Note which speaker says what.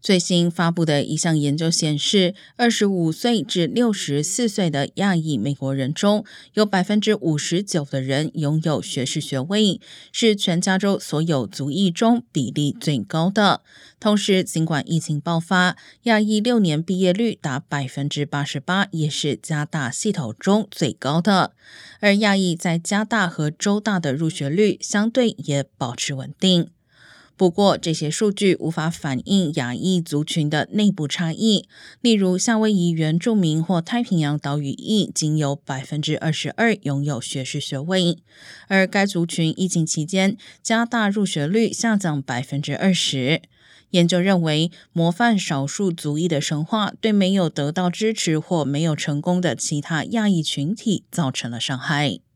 Speaker 1: 最新发布的一项研究显示，25岁至64岁的亚裔美国人中，有 59% 的人拥有学士学位，是全加州所有族裔中比例最高的。同时，尽管疫情爆发，亚裔6年毕业率达 88%， 也是加大系统中最高的。而亚裔在加大和州大的入学率相对也保持稳定。不过，这些数据无法反映亚裔族群的内部差异，例如夏威夷原住民或太平洋岛屿裔仅有 22% 拥有学士学位，而该族群疫情期间加大入学率下降 20%。研究认为，模范少数族裔的神话对没有得到支持或没有成功的其他亚裔群体造成了伤害。